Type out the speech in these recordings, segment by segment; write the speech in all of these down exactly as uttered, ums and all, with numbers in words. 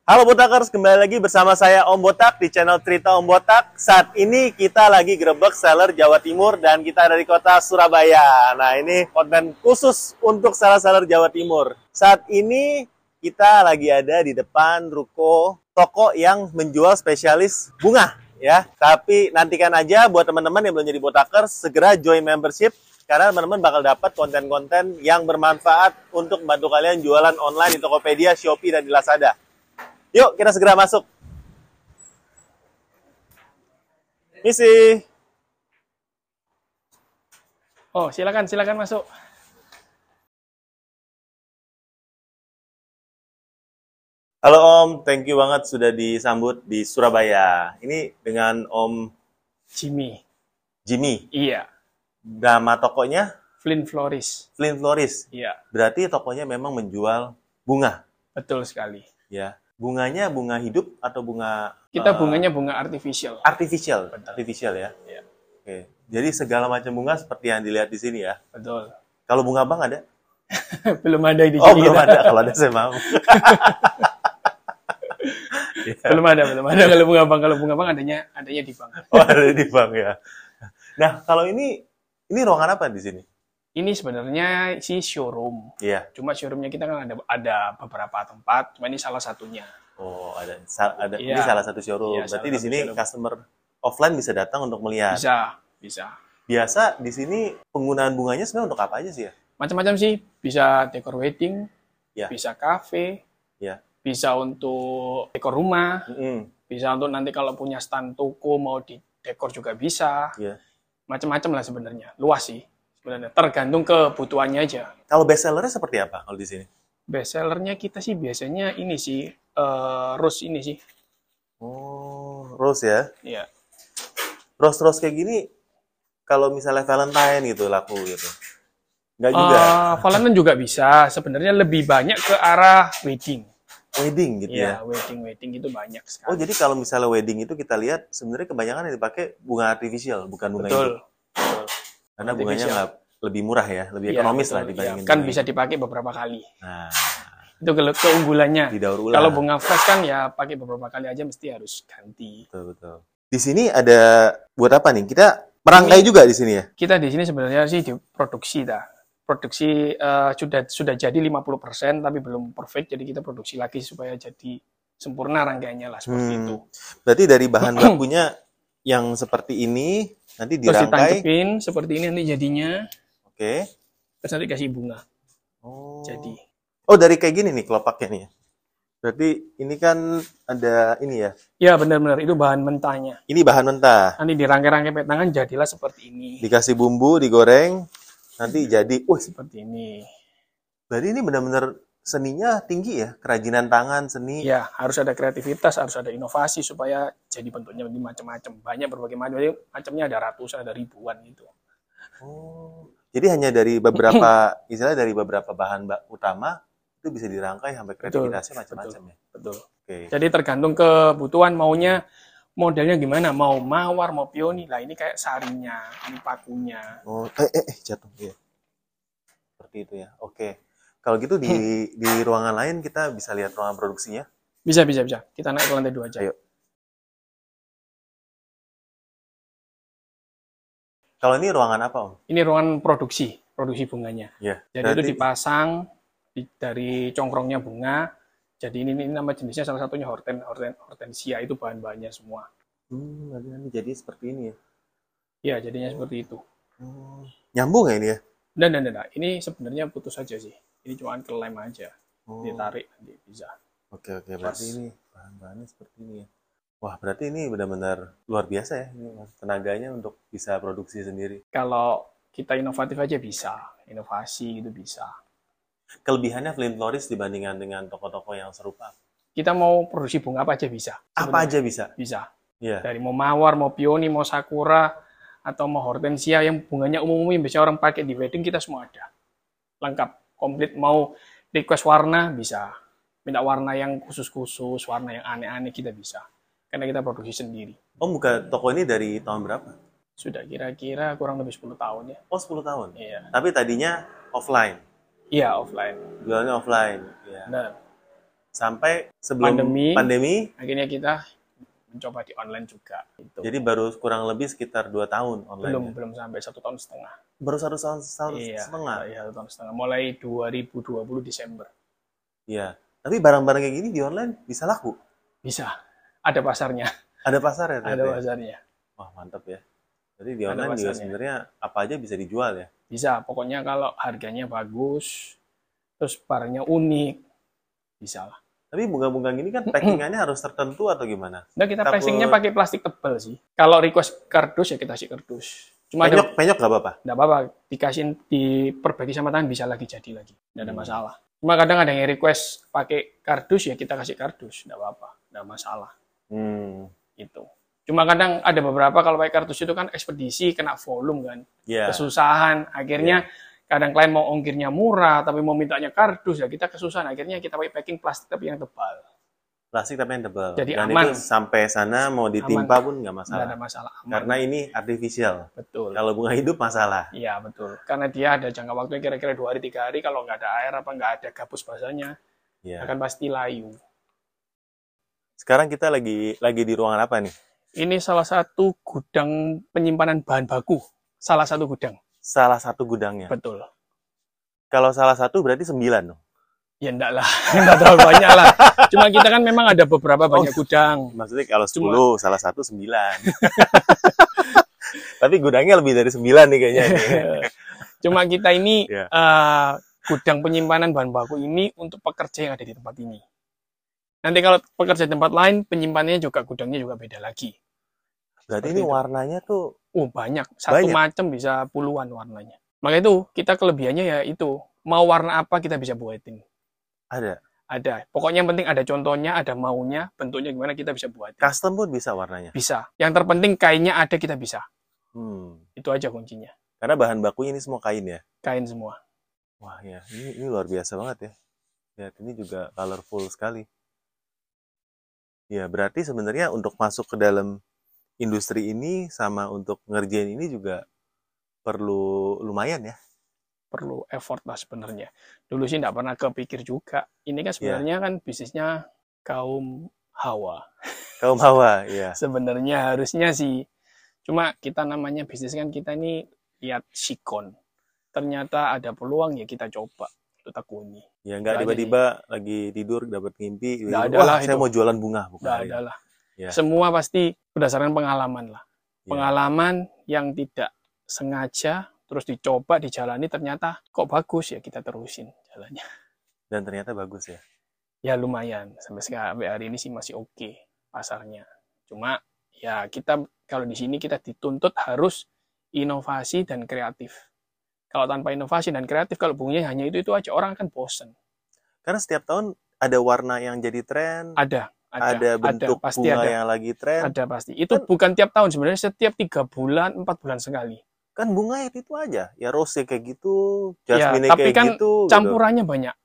Halo Botakers, kembali lagi bersama saya Om Botak di channel Cerita Om Botak. Saat ini kita lagi grebek seller Jawa Timur dan kita ada di kota Surabaya. Nah, ini konten khusus untuk seller-seller Jawa Timur. Saat ini kita lagi ada di depan ruko toko yang menjual spesialis bunga ya. Tapi nantikan aja buat teman-teman yang belum jadi Botakers, segera join membership karena teman-teman bakal dapat konten-konten yang bermanfaat untuk membantu kalian jualan online di Tokopedia, Shopee, dan di Lazada. Yuk, kita segera masuk. Misi. Oh, silakan, silakan masuk. Halo Om, thank you banget sudah disambut di Surabaya. Ini dengan Om Jimmy. Jimmy. Iya. Nama tokonya? Flynn Floris. Flynn Floris. Iya. Berarti tokonya memang menjual bunga. Betul sekali. Ya. Bunganya bunga hidup atau bunga? Kita uh, bunganya bunga artificial. Artificial. Betul. Artificial ya. Iya. Oke. Jadi segala macam bunga seperti yang dilihat di sini ya. Betul. Kalau bunga bang ada? Belum ada di Oh, sini. belum ada. Kalau ada saya mau. Ya. Belum ada, belum ada kalau bunga bang. Kalau bunga bang adanya adanya di bank. Oh, ada di bank ya. Nah, kalau ini ini ruangan apa di sini? Ini sebenarnya si showroom. Iya. Cuma showroomnya kita kan ada ada beberapa tempat. Cuma ini salah satunya. Oh, ada ada Iya. Ini salah satu showroom. Iya, Berarti salah di sini showroom. customer offline bisa datang untuk melihat. Bisa, bisa. Biasa di sini penggunaan bunganya sebenarnya untuk apa aja sih ya? Macam-macam sih. Bisa dekor wedding, Ya. bisa cafe, Ya. bisa untuk dekor rumah. Mm-mm. Bisa untuk nanti kalau punya stand toko mau di dekor juga bisa. Ya. Macam-macam lah sebenarnya. Luas sih sebenarnya. Tergantung kebutuhannya aja. Kalau best sellernya seperti apa kalau di sini? Best sellernya kita sih biasanya ini sih eh, rose ini sih. Oh, rose ya. Iya. Rose-rose kayak gini kalau misalnya Valentine gitu laku gitu. Enggak juga. Eh, Valentine juga bisa. Sebenarnya lebih banyak ke arah wedding. Wedding gitu ya. Iya, wedding wedding itu banyak sekali. Oh, jadi kalau misalnya wedding itu kita lihat sebenarnya kebanyakan yang dipakai bunga artificial, bukan bunga Betul. hidup. Betul. Karena bunganya Artificial. nggak lebih murah ya, lebih Iya, ekonomis betul. lah dibandingin Iya, kan bunga bisa hidup. dipakai beberapa kali. Nah, Itu ke- keunggulannya. didaur ulang. Kalau bunga fresh kan ya pakai beberapa kali aja mesti harus ganti. Betul, betul. Di sini ada buat apa nih? Kita merangkai Ini- juga di sini ya? Kita di sini sebenarnya sih diproduksi dah. Produksi eh, sudah sudah jadi lima puluh persen tapi belum perfect, jadi kita produksi lagi supaya jadi sempurna rangkaiannya lah seperti Hmm. itu. Berarti dari bahan bakunya yang seperti ini nanti Terus dirangkai. ditancepin seperti ini nanti jadinya, Oke. terus nanti kasih bunga. Oh. Jadi Oh, dari kayak gini nih kelopaknya nih. Berarti ini kan ada ini ya. ya benar-benar itu bahan mentahnya. Ini bahan mentah. Nanti dirangkai-rangkai pakai tangan jadilah seperti ini. Dikasih bumbu, digoreng, nanti jadi. Wih, Seperti ini. berarti ini benar-benar seninya tinggi ya, kerajinan tangan, seni. Ya, harus ada kreativitas, harus ada inovasi supaya jadi bentuknya lebih macam-macam. Banyak berbagai macam. Jadi macamnya ada ratusan, ada ribuan gitu. Oh, jadi hanya dari beberapa, istilah dari beberapa bahan ba- utama itu bisa dirangkai sampai kreativitasnya macam-macam ya. Betul. Oke. Jadi tergantung kebutuhan maunya modelnya gimana, mau mawar, mau pioni. Lah ini kayak sarinya, ini pakunya. Oh, eh, eh, eh, jatuh ya. Seperti itu ya. Oke. Kalau gitu di di ruangan lain kita bisa lihat ruangan produksinya. Bisa, bisa, bisa. Kita naik ke lantai dua aja. Ayo. Kalau ini ruangan apa, Om? Ini ruangan produksi, produksi bunganya. Ya. Jadi itu dipasang di- dari congkrongnya bunga. Jadi ini, ini nama jenisnya salah satunya horten, horten, hortensia, itu bahan-bahannya semua. Hmm, nanti, nanti jadi seperti ini ya. Ya, jadinya seperti itu. Hmm. Nyambung ya ini ya? Dan, dan, dan, ini sebenarnya putus saja sih. Ini cuma kelem aja, Oh. ditarik nanti bisa. Oke, oke. Berarti ini bahan-bahannya seperti ini ya. Wah, berarti ini benar-benar luar biasa ya. Ini tenaganya untuk bisa produksi sendiri. Kalau kita inovatif aja bisa, inovasi itu bisa. Kelebihannya Flynn Floris dibandingkan dengan toko-toko yang serupa. Kita mau produksi bunga apa aja bisa. Apa sebenarnya. aja bisa? Bisa. Iya. Dari mau mawar, mau pioni, mau sakura, atau mau hortensia yang bunganya umum-umum yang biasa orang pakai di wedding, kita semua ada. Lengkap, komplit. Mau request warna, bisa. Minta warna yang khusus-khusus, warna yang aneh-aneh, kita bisa. Karena kita produksi sendiri. Om buka toko ini dari tahun berapa? Sudah kira-kira kurang lebih sepuluh tahun ya. Oh, sepuluh tahun. Iya. Tapi tadinya offline. Iya, offline. Jualannya offline. Ya. Benar. Sampai sebelum Pandemi. pandemi, Akhirnya kita mencoba di online juga. Gitu. jadi baru kurang lebih sekitar dua tahun online. Belum, ya? belum sampai satu tahun setengah. Baru satu tahun, tahun Iya, setengah. iya, satu tahun setengah. Mulai dua ribu dua puluh Desember. Iya. Tapi barang-barang kayak gini di online bisa laku? Bisa. Ada pasarnya. Ada pasar ya? Ada pasarnya. Wah, mantap ya. Jadi di online juga sebenarnya apa aja bisa dijual ya? Bisa. Pokoknya kalau harganya bagus, terus barangnya unik, bisa lah. Tapi bunga-bunga gini kan packingannya harus tertentu atau gimana? Nah, kita Takut... packingnya pakai plastik tebal sih. Kalau request kardus ya kita kasih kardus. Cuma penyok, ada, penyok nggak apa-apa? Nggak apa-apa. Dikasih, diperbaiki sama tangan, bisa lagi jadi lagi. Nggak ada masalah. Cuma kadang ada yang request pakai kardus, ya kita kasih kardus. Nggak apa-apa. Nggak masalah. Hmm. Itu. Cuma kadang ada beberapa kalau pakai kardus itu kan ekspedisi, kena volume kan. Yeah. Kesusahan. Akhirnya yeah. kadang klien mau ongkirnya murah, tapi mau mintanya kardus, ya kita kesusahan. Akhirnya kita pakai packing plastik tapi yang tebal. Plastik tapi yang tebal. Jadi dan aman. Itu sampai sana mau ditimpa aman. Pun nggak masalah. Nggak ada masalah. Aman. Karena ini artificial. Betul. Kalau bunga hidup masalah. Iya betul. Karena dia ada jangka waktunya kira-kira dua hari tiga hari. Kalau nggak ada air apa nggak ada gabus basahnya, yeah. akan pasti layu. Sekarang kita lagi lagi di ruangan apa nih? Ini salah satu gudang penyimpanan bahan baku. Salah satu gudang. Salah satu gudangnya. Betul. Kalau salah satu berarti sembilan dong. Ya enggak lah, enggak terlalu banyak lah. Cuma kita kan memang ada beberapa banyak oh, gudang. Maksudnya kalau sepuluh, Cuma... salah satu sembilan. Tapi gudangnya lebih dari sembilan nih kayaknya. Cuma kita ini yeah. uh, gudang penyimpanan bahan baku ini untuk pekerja yang ada di tempat ini. Nanti kalau pekerja di tempat lain, penyimpanannya juga gudangnya juga beda lagi. Berarti Seperti ini itu. Warnanya tuh oh banyak, satu banyak. Macam bisa puluhan warnanya. Maka itu kita kelebihannya ya itu, mau warna apa kita bisa buatin. Ada? Ada. Pokoknya yang penting ada contohnya, ada maunya, bentuknya gimana kita bisa buat. Custom pun bisa warnanya? Bisa. Yang terpenting kainnya ada, kita bisa. Hmm. Itu aja kuncinya. Karena bahan bakunya ini semua kain ya? Kain semua. Wah ya, ini, ini luar biasa banget ya. Lihat, ini juga colorful sekali. Ya, berarti sebenarnya untuk masuk ke dalam industri ini sama untuk ngerjain ini juga perlu lumayan ya? Perlu effort lah sebenarnya. Dulu sih nggak pernah kepikir juga. Ini kan sebenarnya yeah. kan bisnisnya kaum hawa. Kaum hawa, iya. Sebenarnya harusnya sih. Cuma kita namanya bisnis kan kita ini lihat sikon. Ternyata ada peluang ya kita coba. Itu takuni. Ya nggak tiba-tiba lagi tidur dapat mimpi. Nggak ada lah. Saya itu. Mau jualan bunga. Bukan nggak ada lah. Ya. Semua pasti berdasarkan pengalaman lah. Pengalaman ya. Yang tidak sengaja terus dicoba, dijalani, ternyata kok bagus ya kita terusin jalannya. Dan ternyata bagus ya? Ya lumayan, sampai sekarang sampai hari ini sih masih oke okay pasarnya. Cuma ya kita kalau di sini kita dituntut harus inovasi dan kreatif. Kalau tanpa inovasi dan kreatif, kalau bunganya hanya itu-itu aja, orang akan bosen. Karena setiap tahun ada warna yang jadi tren. Ada. Ada, ada bentuk ada, pasti bunga ada. Yang lagi tren. Ada pasti. Itu kan, bukan tiap tahun sebenarnya, setiap tiga bulan, empat bulan sekali. Kan bunga itu, itu aja. Ya rose kayak gitu, jasmine ya, kayak kan gitu. Tapi kan campurannya gitu. Banyak.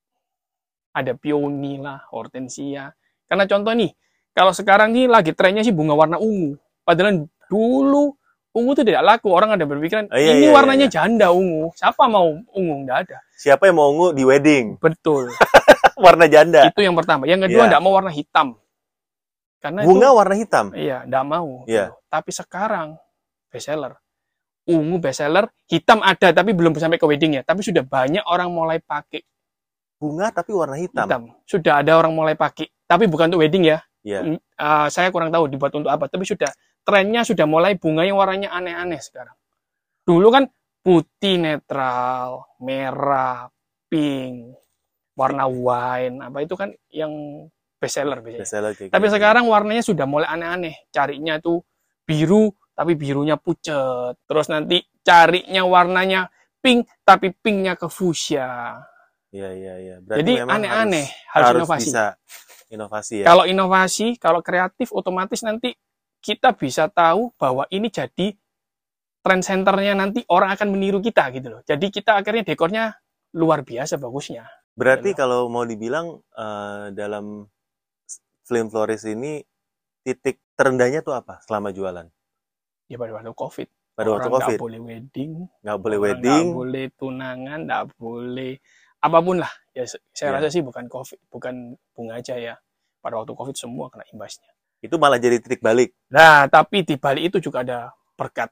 Ada peony lah, hortensia. Karena contoh nih, kalau sekarang nih lagi trennya sih bunga warna ungu. Padahal dulu ungu itu tidak laku. Orang ada berpikiran, oh, iya, ini iya, warnanya iya. janda ungu. Siapa mau ungu? Nggak ada. Siapa yang mau ungu di wedding? Betul. Warna janda. Itu yang pertama. Yang kedua, nggak yeah. mau warna hitam. Karena bunga itu, warna hitam? Iya, nggak mau. Yeah. Gitu. Tapi sekarang, bestseller. Ungu bestseller, hitam ada tapi belum sampai ke wedding ya. Tapi sudah banyak orang mulai pakai. Bunga tapi warna hitam? Hitam. Sudah ada orang mulai pakai. Tapi bukan untuk wedding ya. Yeah. Uh, saya kurang tahu dibuat untuk apa. Tapi sudah, trennya sudah mulai bunga yang warnanya aneh-aneh sekarang. Dulu kan putih netral, merah, pink, warna wine. Apa itu kan yang bestseller biasanya. Bestseller kayak tapi gitu. Sekarang warnanya sudah mulai aneh-aneh. Carinya tuh biru, tapi birunya pucet. Terus nanti carinya warnanya pink, tapi pinknya ke fuchsia. Iya, iya, iya. Jadi aneh-aneh, harus, harus, harus inovasi. Bisa inovasi ya. Kalau inovasi, kalau kreatif, otomatis nanti kita bisa tahu bahwa ini jadi trend centernya nanti orang akan meniru kita gitu loh. Jadi kita akhirnya dekornya luar biasa bagusnya. Berarti gitu kalau mau dibilang uh, dalam Flame Florist ini titik terendahnya tuh apa selama jualan? Ya pada waktu COVID. Pada waktu COVID. Nggak boleh wedding. Nggak boleh wedding. Nggak boleh tunangan. Nggak boleh apapun lah Ya, saya Ya. rasa sih bukan COVID, bukan bunga aja ya. Pada waktu COVID semua kena imbasnya. Itu malah jadi titik balik. Nah, tapi di balik itu juga ada berkat.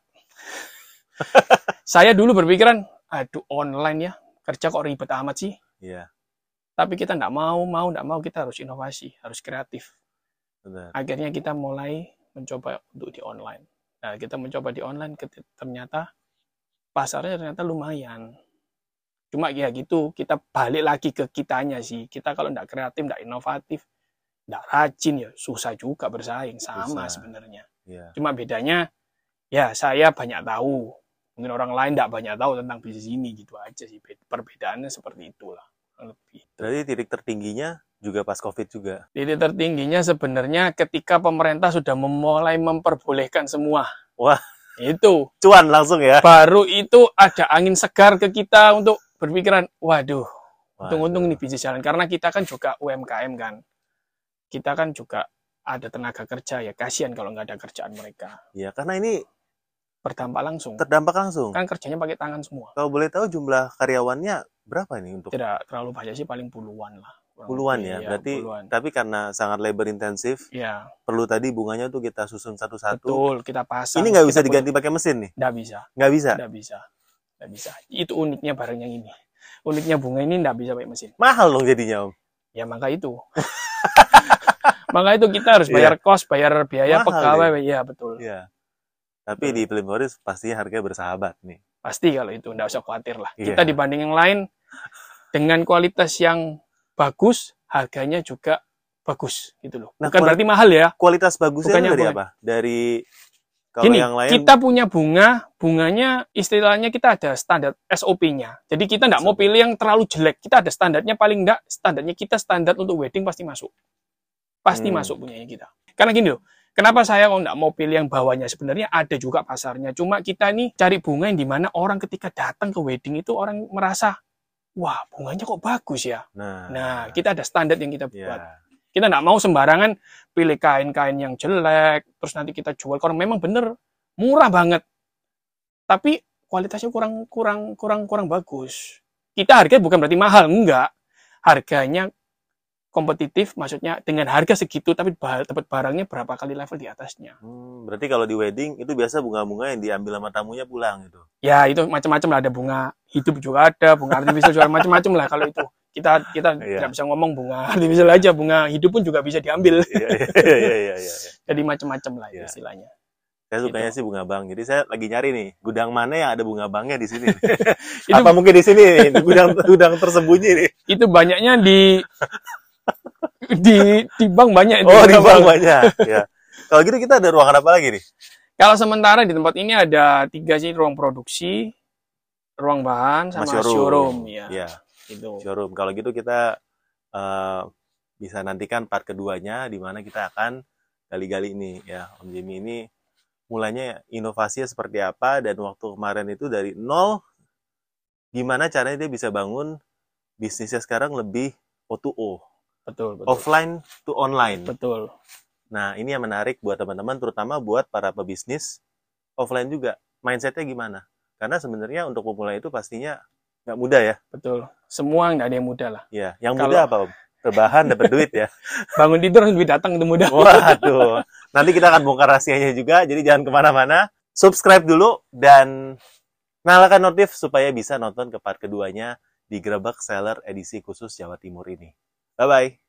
Saya dulu berpikiran, aduh online ya, kerja kok ribet amat sih. Iya. Tapi kita nggak mau, mau nggak mau kita harus inovasi, harus kreatif. Benar. Akhirnya kita mulai mencoba untuk di online. Nah, kita mencoba di online, ternyata pasarnya ternyata lumayan. Cuma ya gitu, kita balik lagi ke kitanya sih. Kita kalau nggak kreatif, nggak inovatif, nggak rajin ya susah juga bersaing. Sama sebenarnya. Ya. Cuma bedanya, ya saya banyak tahu. Mungkin orang lain nggak banyak tahu tentang bisnis ini gitu aja sih. Perbedaannya seperti itulah. Lebih. Berarti titik tertingginya juga pas COVID juga? Titik tertingginya sebenarnya ketika pemerintah sudah memulai memperbolehkan semua. Wah. Itu. Cuan langsung ya? Baru itu ada angin segar ke kita untuk berpikiran, waduh, untung-untung ini bisnis jalan. Karena kita kan juga U M K M kan. Kita kan juga ada tenaga kerja ya. Kasihan kalau nggak ada kerjaan mereka. Iya, karena ini berdampak langsung. Terdampak langsung? Kan kerjanya pakai tangan semua. Kalau boleh tahu jumlah karyawannya berapa nih untuk? Tidak terlalu banyak sih, paling puluhan lah. Puluhan ya, ya berarti puluhan. Tapi karena sangat labor intensif, ya. Perlu tadi bunganya tuh kita susun satu-satu. Betul, kita pasang. Ini nggak bisa diganti pakai mesin nih? Nggak bisa. Nggak bisa? Nggak bisa. Nggak bisa. Itu uniknya barang yang ini. Uniknya bunga ini nggak bisa pakai mesin. Mahal dong jadinya, Om. Ya maka itu. Maka itu kita harus bayar yeah. kos, bayar biaya mahal pegawai. Iya betul. Iya. Tapi betul. Di Plimforis pastinya harganya bersahabat nih. Pasti kalau itu, nggak usah khawatir lah. Yeah. Kita dibanding yang lain dengan kualitas yang bagus, harganya juga bagus gitu loh. Bukan nah, berarti mahal ya. Kualitas bagusnya dari bukan. Apa? Dari kalau Gini, yang lain kita punya bunga, bunganya istilahnya kita ada standar S O P-nya. Jadi kita nggak mau pilih yang terlalu jelek. Kita ada standarnya, paling nggak standarnya kita standar untuk wedding pasti masuk. Pasti hmm. masuk punyanya kita. Karena gini loh, kenapa saya kalau nggak mau pilih yang bawahnya? Sebenarnya ada juga pasarnya. Cuma kita nih cari bunga yang dimana orang ketika datang ke wedding itu orang merasa, wah bunganya kok bagus ya. Nah, nah kita ada standar yang kita buat. Yeah. Kita nggak mau sembarangan pilih kain-kain yang jelek, terus nanti kita jual. Kalau memang bener murah banget, tapi kualitasnya kurang kurang kurang kurang bagus. Kita harganya bukan berarti mahal, enggak. Harganya kompetitif, maksudnya dengan harga segitu, tapi dapat barangnya berapa kali level di atasnya. Hmm, berarti kalau di wedding itu biasa bunga-bunga yang diambil sama tamunya pulang gitu. Ya itu macam-macam lah, ada bunga hidup juga ada, bunga artifisial juga macam-macam lah kalau itu. Kita kita yeah. tidak bisa ngomong bunga artifisial aja, bunga hidup pun juga bisa diambil. Iya iya iya iya. Jadi macam-macam lah yeah. istilahnya. Saya sukanya gitu. Sih bunga bank. Jadi saya lagi nyari nih gudang mana yang ada bunga banknya di sini. Itu, apa mungkin di sini di gudang gudang tersembunyi nih. Itu banyaknya di di di bank banyak itu. Oh, di bank banyak. Ya. Kalau gitu kita ada ruangan apa lagi nih? Kalau sementara di tempat ini ada tiga sih, ruang produksi, ruang bahan sama showroom, showroom ya. Ya. Itu. Showroom. Kalau gitu kita uh, bisa nantikan part keduanya di mana kita akan gali-gali ini ya. Om Jimmy ini mulanya inovasinya seperti apa dan waktu kemarin itu dari nol gimana caranya dia bisa bangun bisnisnya sekarang lebih O to O. Betul, betul. Offline to online. Betul. Nah, ini yang menarik buat teman-teman, terutama buat para pebisnis offline juga. Mindsetnya gimana? Karena sebenarnya untuk memulai itu pastinya nggak mudah ya. Betul. Semua nggak ada yang mudah lah. Iya. Yang Kalau... mudah apa, Om? Rebahan, dapat duit ya. Bangun tidur, duit datang, itu mudah. Waduh. Nanti kita akan bongkar rahasianya juga, jadi jangan kemana-mana. Subscribe dulu dan nyalakan notif supaya bisa nonton ke part keduanya di Grebek Seller edisi khusus Jawa Timur ini. Bye-bye.